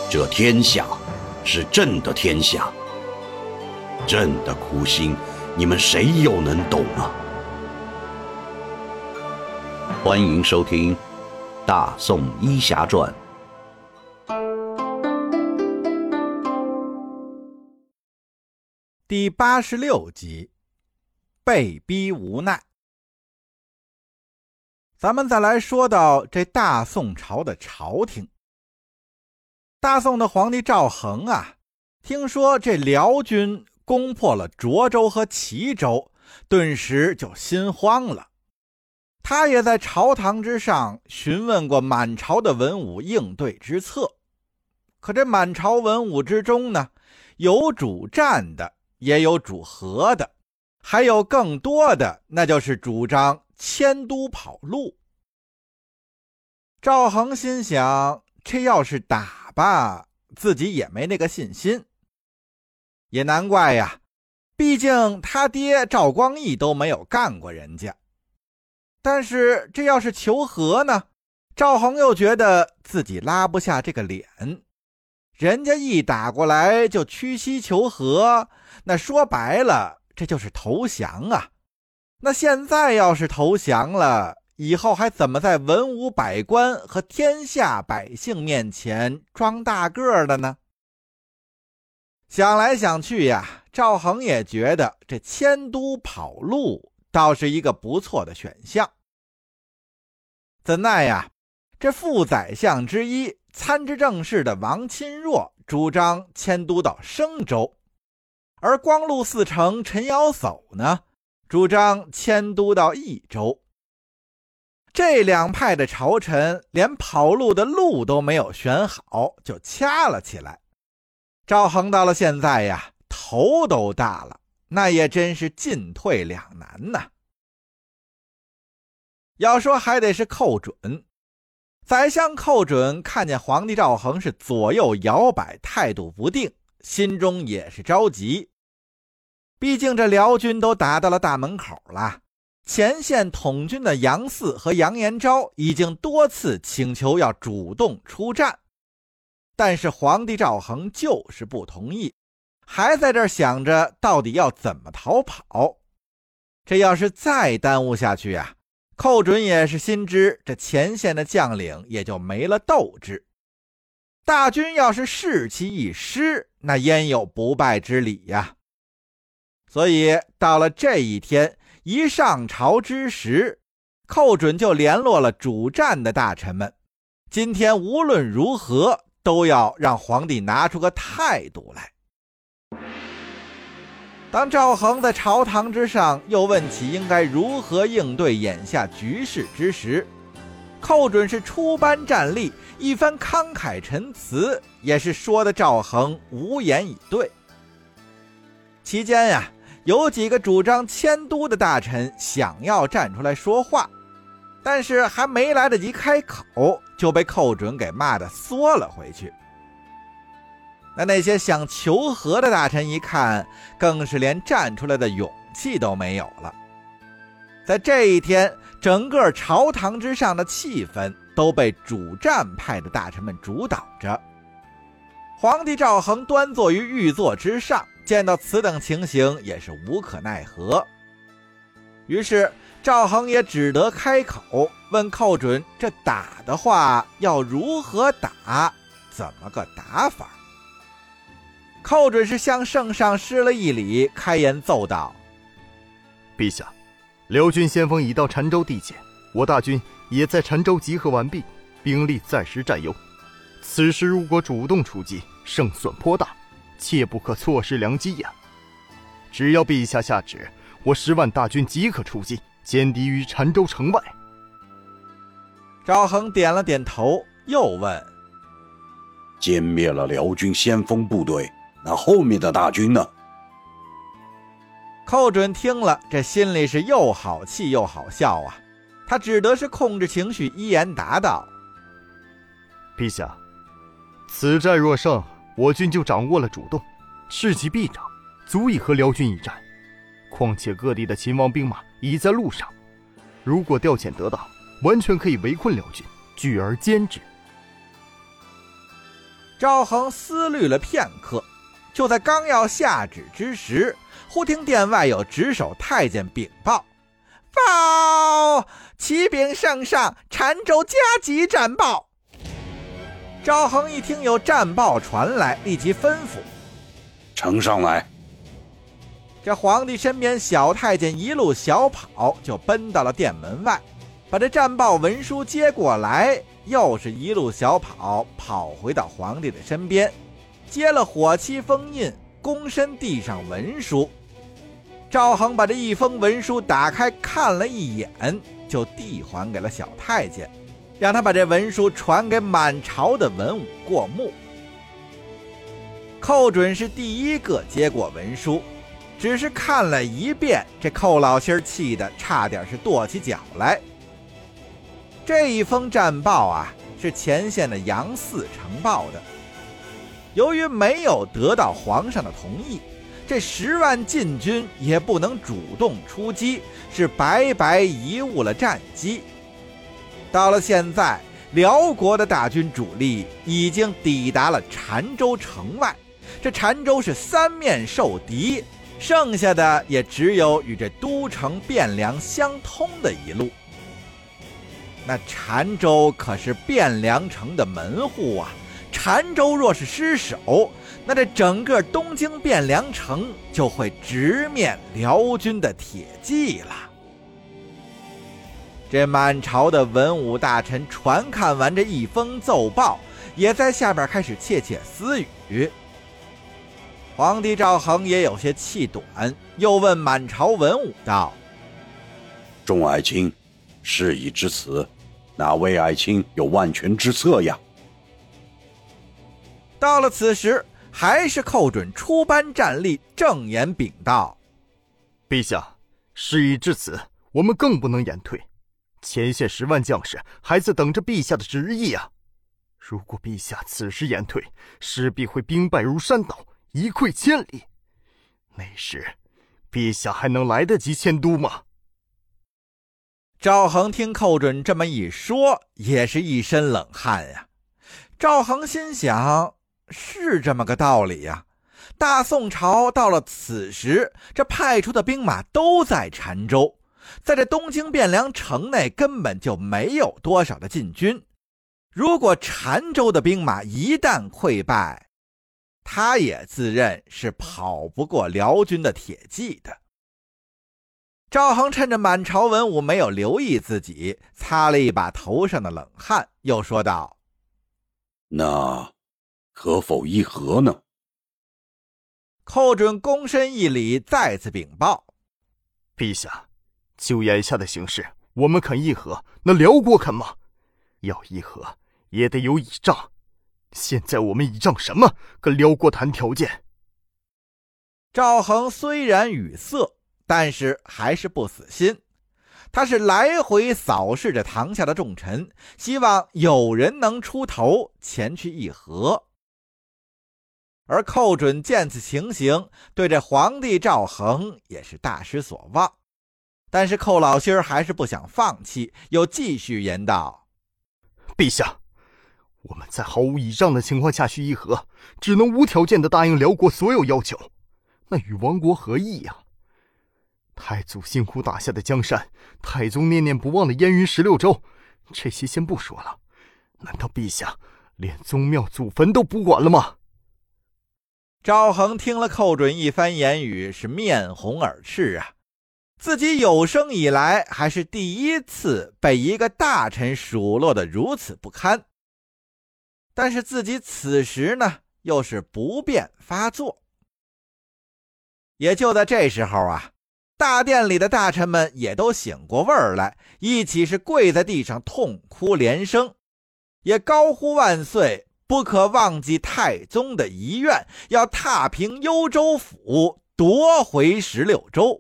这天下是朕的天下，朕的苦心，你们谁又能懂啊？欢迎收听《大宋医侠传》 第86集，被逼无奈。咱们再来说到这大宋朝的朝廷。大宋的皇帝赵恒啊，听说这辽军攻破了涿州和齐州，顿时就心慌了。他也在朝堂之上询问过满朝的文武应对之策。可这满朝文武之中呢，有主战的，也有主和的，还有更多的那就是主张迁都跑路。赵恒心想，这要是打吧，自己也没那个信心。也难怪呀，毕竟他爹赵光义都没有干过人家。但是这要是求和呢，赵恒又觉得自己拉不下这个脸。人家一打过来就屈膝求和，那说白了这就是投降啊。那现在要是投降了，以后还怎么在文武百官和天下百姓面前装大个的呢？想来想去呀，赵恒也觉得这迁都跑路倒是一个不错的选项。怎奈呀，这副宰相之一参知政事的王钦若主张迁都到升州，而光禄寺丞陈尧叟呢，主张迁都到益州。这两派的朝臣连跑路的路都没有选好，就掐了起来。赵恒到了现在呀，头都大了，那也真是进退两难呐。要说还得是寇准。宰相寇准看见皇帝赵恒是左右摇摆，态度不定，心中也是着急。毕竟这辽军都打到了大门口了，前线统军的杨嗣和杨延昭已经多次请求要主动出战，但是皇帝赵恒就是不同意，还在这儿想着到底要怎么逃跑。这要是再耽误下去啊，寇准也是心知这前线的将领也就没了斗志，大军要是士气一失，那焉有不败之理呀？所以到了这一天一上朝之时，寇准就联络了主战的大臣们，今天无论如何都要让皇帝拿出个态度来。当赵恒在朝堂之上又问起应该如何应对眼下局势之时，寇准是出班战例，一番慷慨陈词，也是说的赵恒无言以对。期间呀，有几个主张迁都的大臣想要站出来说话，但是还没来得及开口，就被寇准给骂得缩了回去。那些想求和的大臣一看，更是连站出来的勇气都没有了。在这一天，整个朝堂之上的气氛都被主战派的大臣们主导着。皇帝赵恒端坐于御座之上，见到此等情形也是无可奈何。于是赵恒也只得开口问寇准，这打的话要如何打，怎么个打法？寇准是向圣上施了一礼，开言奏道： 陛下，辽军先锋已到澶州地界，我大军也在澶州集合完毕，兵力暂时占优。此时如果主动出击，胜算颇大，切不可错失良机呀。只要陛下下旨，我10万大军即可出击，歼敌于澶州城外。 赵恒点了点头，又问： 歼灭了辽军先锋部队，那后面的大军呢？ 寇准听了，这心里是又好气又好笑啊。他只得是控制情绪，一言答道： 陛下，此战若胜，我军就掌握了主动，士气必长，足以和辽军一战。况且各地的秦王兵马已在路上，如果调遣得当，完全可以围困辽军，拒而歼之。 赵恒思虑了片刻，就在刚要下旨之时，忽听殿外有值守太监禀报：报！启禀圣上，澶州加急战报。赵恒一听有战报传来，立即吩咐： 呈上来。 这皇帝身边小太监一路小跑就奔到了殿门外，把这战报文书接过来，又是一路小跑跑回到皇帝的身边，接了火漆封印，躬身递上文书。赵恒把这一封文书打开看了一眼，就递还给了小太监，让他把这文书传给满朝的文武过目。寇准是第一个接过文书，只是看了一遍，这寇老心气得差点是跺起脚来。这一封战报啊，是前线的杨四呈报的。由于没有得到皇上的同意，这10万禁军也不能主动出击，是白白贻误了战机。到了现在，辽国的大军主力已经抵达了澶州城外，这澶州是三面受敌，剩下的也只有与这都城汴梁相通的一路。那澶州可是汴梁城的门户啊，澶州若是失守，那这整个东京汴梁城就会直面辽军的铁骑了。这满朝的文武大臣传看完这一封奏报，也在下边开始窃窃私语。皇帝赵恒也有些气短，又问满朝文武道： 众爱卿，事已至此，哪位爱卿有万全之策呀？ 到了此时，还是寇准出班站立，正言禀道： 陛下，事已至此，我们更不能言退。前线10万将士还在等着陛下的旨意啊！如果陛下此时言退，势必会兵败如山倒，一溃千里。那时，陛下还能来得及迁都吗？ 赵恒听寇准这么一说，也是一身冷汗呀。赵恒心想，是这么个道理呀。大宋朝到了此时，这派出的兵马都在澶州，在这东京汴梁城内根本就没有多少的禁军。如果澶州的兵马一旦溃败，他也自认是跑不过辽军的铁骑的。赵恒趁着满朝文武没有留意自己，擦了一把头上的冷汗，又说道： 那可否议和呢？ 寇准躬身一礼，再次禀报： 陛下，就眼下的形势，我们肯议和，那辽国肯吗？要议和也得有倚仗，现在我们倚仗什么跟辽国谈条件？ 赵恒虽然语塞，但是还是不死心，他是来回扫视着堂下的重臣，希望有人能出头前去议和。而寇准见此情形，对这皇帝赵恒也是大失所望。但是寇老心还是不想放弃，又继续言道： 陛下，我们在毫无倚仗的情况下去议和，只能无条件地答应辽国所有要求，那与亡国何异呀？太祖辛苦打下的江山，太宗念念不忘的燕云16州，这些先不说了，难道陛下连宗庙祖坟都不管了吗？ 赵恒听了寇准一番言语，是面红耳赤啊。自己有生以来还是第一次被一个大臣数落得如此不堪，但是自己此时呢又是不便发作。也就在这时候啊，大殿里的大臣们也都醒过味儿来，一起是跪在地上痛哭连声，也高呼万岁，不可忘记太宗的遗愿，要踏平幽州府，夺回16州。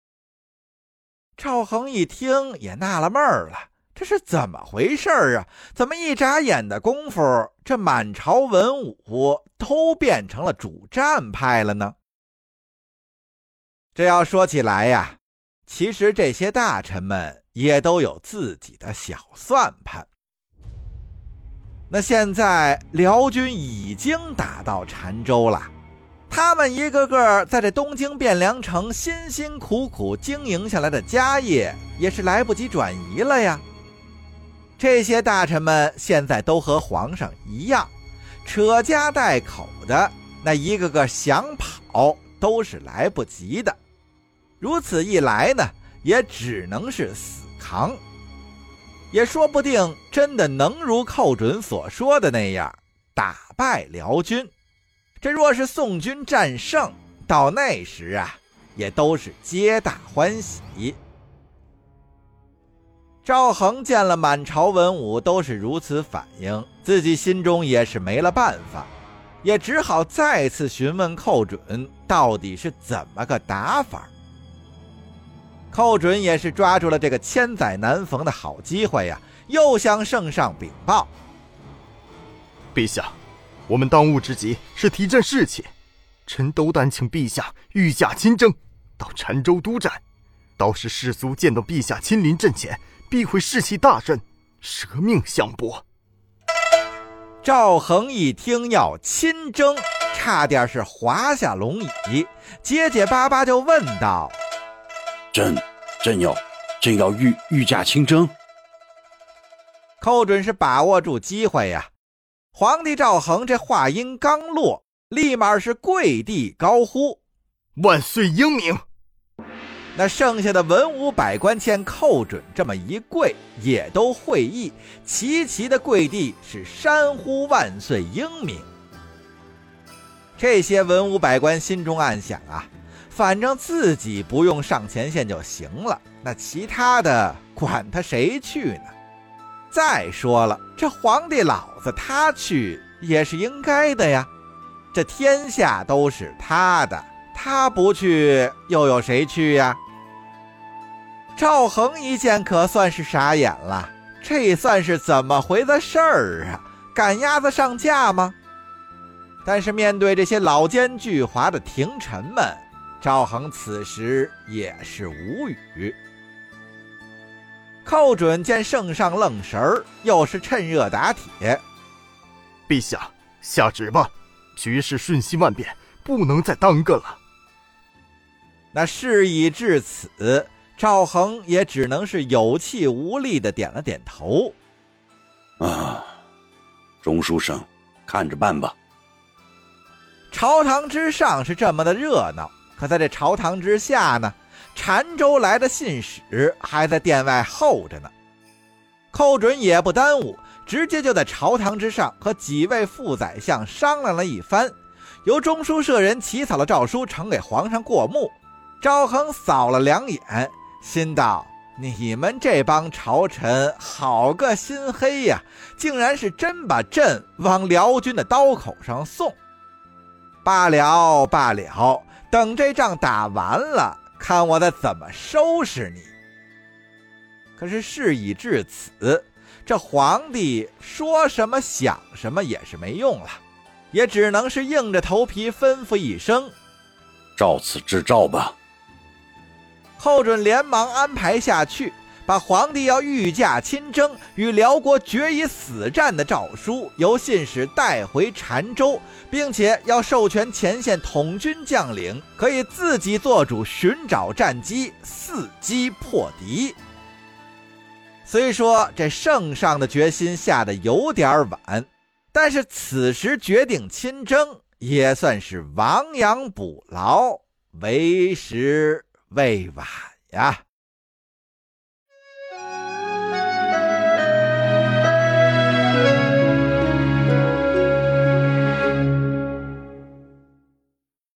赵恒一听也纳了闷儿了，这是怎么回事啊？怎么一眨眼的功夫，这满朝文武都变成了主战派了呢？这要说起来呀，其实这些大臣们也都有自己的小算盘。 那现在辽军已经打到澶州了，他们一个个在这东京汴梁城辛辛苦苦经营下来的家业也是来不及转移了呀。这些大臣们现在都和皇上一样，扯家带口的，那一个个想跑都是来不及的。如此一来呢，也只能是死扛。也说不定真的能如寇准所说的那样打败辽军。这若是宋军战胜，到那时啊，也都是皆大欢喜。赵恒见了满朝文武都是如此反应，自己心中也是没了办法，也只好再次询问寇准到底是怎么个打法。寇准也是抓住了这个千载难逢的好机会呀，又向圣上禀报： 陛下，我们当务之急是提振士气，臣斗胆请陛下御驾亲征，到澶州督战，到时士卒见到陛下亲临阵前，必会士气大振，舍命相搏。 赵恒一听要亲征，差点是滑下龙椅，结结巴巴就问道： 朕要御驾亲征。 寇准是把握住机会呀，皇帝赵恒这话音刚落，立马是跪地高呼： 万岁英明！ 那剩下的文武百官见寇准这么一跪，也都会意，齐齐的跪地是山呼万岁英明。这些文武百官心中暗想啊，反正自己不用上前线就行了，那其他的管他谁去呢？再说了，这皇帝老子他去也是应该的呀，这天下都是他的，他不去又有谁去呀？赵恒一见可算是傻眼了，这算是怎么回的事儿啊？赶鸭子上架吗？但是面对这些老奸巨猾的廷臣们，赵恒此时也是无语。寇准见圣上愣神儿，又是趁热打铁： 陛下，下旨吧，局势瞬息万变，不能再耽搁了。 那事已至此，赵恒也只能是有气无力地点了点头。 钟书生，看着办吧。 朝堂之上是这么的热闹，可在这朝堂之下呢，澶州来的信使还在殿外候着呢。寇准也不耽误，直接就在朝堂之上和几位副宰相商量了一番，由中书舍人起草了诏书呈给皇上过目。赵恒扫了两眼，心道：你们这帮朝臣好个心黑呀，竟然是真把朕往辽军的刀口上送。罢了罢了，等这仗打完了，看我再怎么收拾你。可是事已至此，这皇帝说什么想什么也是没用了，也只能是硬着头皮吩咐一声： 照此制诏吧。 寇准连忙安排下去，把皇帝要御驾亲征与辽国决一死战的诏书由信使带回澶州，并且要授权前线统军将领可以自己做主寻找战机，伺机破敌。虽说这圣上的决心下得有点晚，但是此时决定亲征也算是亡羊补牢，为时未晚呀。